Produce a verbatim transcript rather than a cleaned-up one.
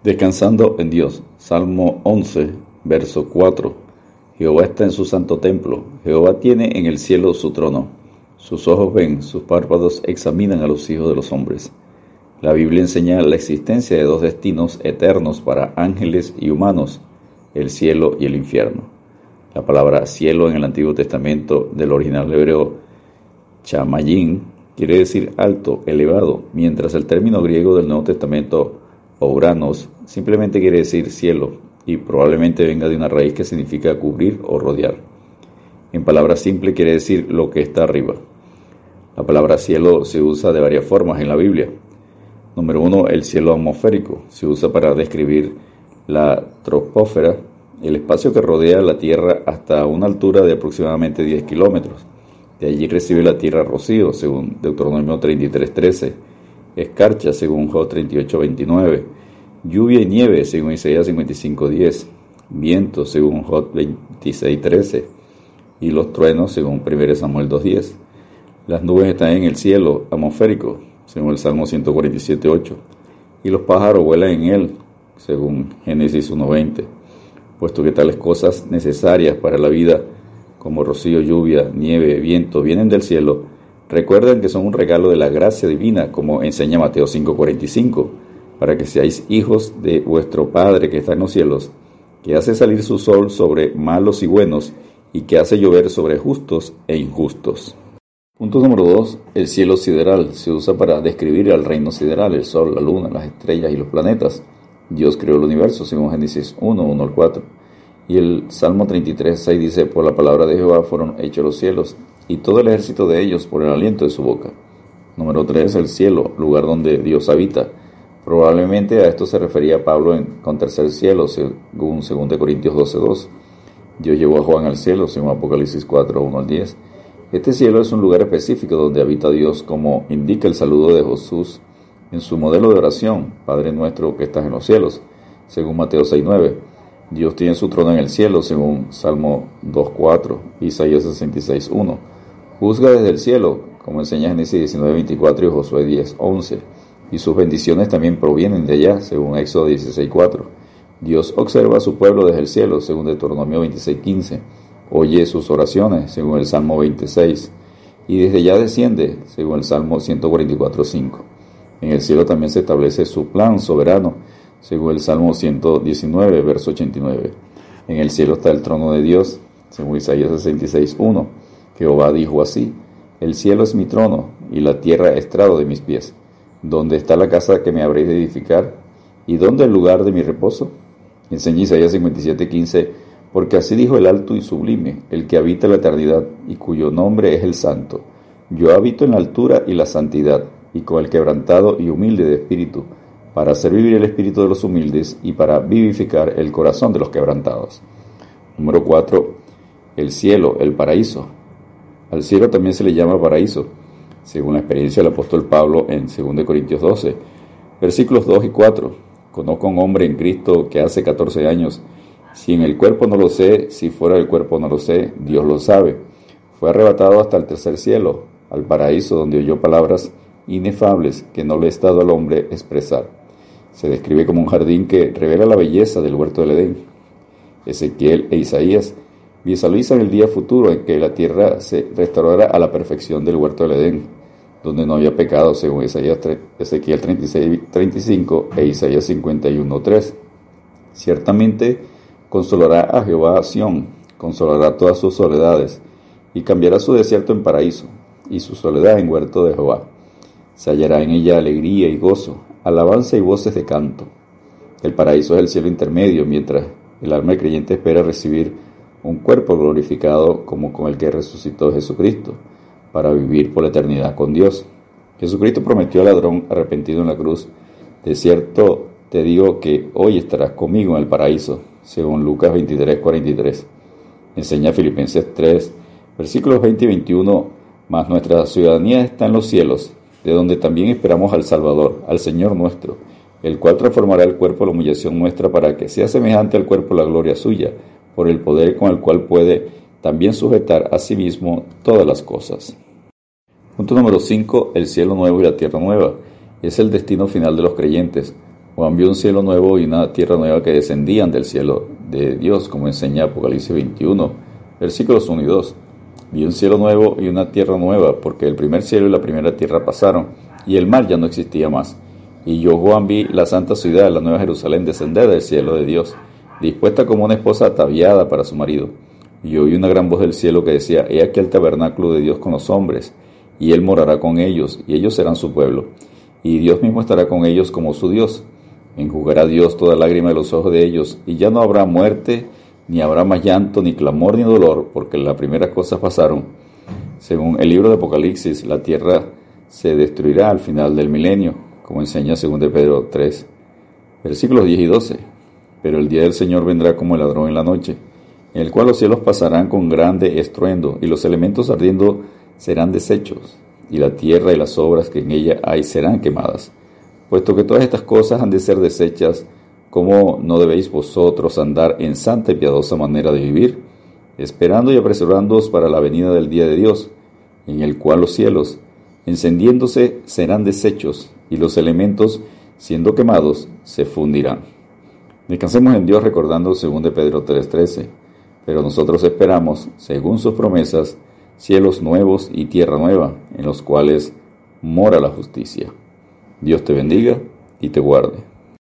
Descansando en Dios. Salmo once, verso cuatro. Jehová está en su santo templo. Jehová tiene en el cielo su trono. Sus ojos ven, sus párpados examinan a los hijos de los hombres. La Biblia enseña la existencia de dos destinos eternos para ángeles y humanos, el cielo y el infierno. La palabra cielo en el Antiguo Testamento del original hebreo chamayín quiere decir alto, elevado, mientras el término griego del Nuevo Testamento ouranos simplemente quiere decir cielo y probablemente venga de una raíz que significa cubrir o rodear. En palabras simples quiere decir lo que está arriba. La palabra cielo se usa de varias formas en la Biblia. Número uno, el cielo atmosférico. Se usa para describir la troposfera, el espacio que rodea la Tierra hasta una altura de aproximadamente diez kilómetros. De allí recibe la Tierra rocío, según Deuteronomio treinta y tres trece. Escarcha, según Job treinta y ocho veintinueve. Lluvia y nieve, según Isaías cincuenta y cinco diez. Viento, según Job veintiséis trece. Y los truenos, según primero Samuel dos diez. Las nubes están en el cielo atmosférico, según el Salmo ciento cuarenta y siete ocho. Y los pájaros vuelan en él, según Génesis uno veinte. Puesto que tales cosas necesarias para la vida, como rocío, lluvia, nieve, viento, vienen del cielo, recuerden que son un regalo de la gracia divina, como enseña Mateo cinco cuarenta y cinco, para que seáis hijos de vuestro Padre que está en los cielos, que hace salir su sol sobre malos y buenos, y que hace llover sobre justos e injustos. Punto número dos. El cielo sideral. Se usa para describir al reino sideral, el sol, la luna, las estrellas y los planetas. Dios creó el universo, según Génesis uno, uno al cuatro. Y el Salmo treinta y tres seis dice, por la palabra de Jehová fueron hechos los cielos, y todo el ejército de ellos por el aliento de su boca. Número tres. El cielo, lugar donde Dios habita. Probablemente a esto se refería Pablo en, con tercer cielo, según dos Corintios doce dos. Dios llevó a Juan al cielo, según Apocalipsis cuatro, uno al diez. Este cielo es un lugar específico donde habita Dios, como indica el saludo de Jesús en su modelo de oración, Padre nuestro que estás en los cielos, según Mateo seis nueve. Dios tiene su trono en el cielo, según Salmo dos cuatro, Isaías sesenta y seis uno. Juzga desde el cielo, como enseña Génesis diecinueve veinticuatro y Josué diez once. Y sus bendiciones también provienen de allá, según Éxodo dieciséis cuatro. Dios observa a su pueblo desde el cielo, según Deuteronomio veintiséis quince. Oye sus oraciones, según el Salmo veintiséis. Y desde allá desciende, según el Salmo ciento cuarenta y cuatro cinco. En el cielo también se establece su plan soberano, según el Salmo ciento diecinueve, verso ochenta y nueve. En el cielo está el trono de Dios, según Isaías sesenta y seis uno. Jehová dijo así, el cielo es mi trono, y la tierra estrado de mis pies. ¿Dónde está la casa que me habréis de edificar? ¿Y dónde el lugar de mi reposo? Enseña Isaías cincuenta y siete quince, porque así dijo el alto y sublime, el que habita la eternidad, y cuyo nombre es el Santo. Yo habito en la altura y la santidad, y con el quebrantado y humilde de espíritu, para hacer vivir el espíritu de los humildes, y para vivificar el corazón de los quebrantados. Número cuatro. El cielo, el paraíso. Al cielo también se le llama paraíso, según la experiencia del apóstol Pablo en dos Corintios doce, versículos dos y cuatro. Conozco a un hombre en Cristo que hace catorce años, si en el cuerpo no lo sé, si fuera del cuerpo no lo sé, Dios lo sabe. Fue arrebatado hasta el tercer cielo, al paraíso, donde oyó palabras inefables que no le es dado al hombre expresar. Se describe como un jardín que revela la belleza del huerto del Edén. Ezequiel e Isaías visualizan el día futuro en que la tierra se restaurará a la perfección del huerto del Edén, donde no había pecado, según Isaías, Ezequiel treinta y seis treinta y cinco e Isaías cincuenta y uno tres. Ciertamente consolará a Jehová a Sión, consolará todas sus soledades, y cambiará su desierto en paraíso, y su soledad en huerto de Jehová. Se hallará en ella alegría y gozo, alabanza y voces de canto. El paraíso es el cielo intermedio, mientras el alma del creyente espera recibir un cuerpo glorificado como con el que resucitó Jesucristo, para vivir por la eternidad con Dios. Jesucristo prometió al ladrón arrepentido en la cruz, de cierto te digo que hoy estarás conmigo en el paraíso, según Lucas veintitrés cuarenta y tres. Enseña Filipenses tres, versículos veinte y veintiuno, mas nuestra ciudadanía está en los cielos, de donde también esperamos al Salvador, al Señor nuestro, el cual transformará el cuerpo de la humillación nuestra para que sea semejante al cuerpo de la gloria suya, por el poder con el cual puede también sujetar a sí mismo todas las cosas. Punto número cinco. El cielo nuevo y la tierra nueva. Es el destino final de los creyentes. Juan vio un cielo nuevo y una tierra nueva que descendían del cielo de Dios, como enseña Apocalipsis veintiuno, versículos uno y dos. Vio un cielo nuevo y una tierra nueva, porque el primer cielo y la primera tierra pasaron, y el mar ya no existía más. Y yo, Juan, vi la santa ciudad, la nueva Jerusalén, descender del cielo de Dios, dispuesta como una esposa ataviada para su marido. Y yo oí una gran voz del cielo que decía: He aquí el tabernáculo de Dios con los hombres, y él morará con ellos, y ellos serán su pueblo. Y Dios mismo estará con ellos como su Dios. Enjugará Dios toda lágrima de los ojos de ellos, y ya no habrá muerte, ni habrá más llanto, ni clamor, ni dolor, porque las primeras cosas pasaron. Según el libro de Apocalipsis, la tierra se destruirá al final del milenio, como enseña según de Pedro tres, versículos diez y doce. Pero el día del Señor vendrá como el ladrón en la noche, en el cual los cielos pasarán con grande estruendo, y los elementos ardiendo serán deshechos, y la tierra y las obras que en ella hay serán quemadas. Puesto que todas estas cosas han de ser deshechas, ¿cómo no debéis vosotros andar en santa y piadosa manera de vivir, esperando y apresurándoos para la venida del día de Dios, en el cual los cielos, encendiéndose, serán deshechos, y los elementos, siendo quemados, se fundirán? Descansemos en Dios recordando según de Pedro tres trece. Pero nosotros esperamos, según sus promesas, cielos nuevos y tierra nueva, en los cuales mora la justicia. Dios te bendiga y te guarde.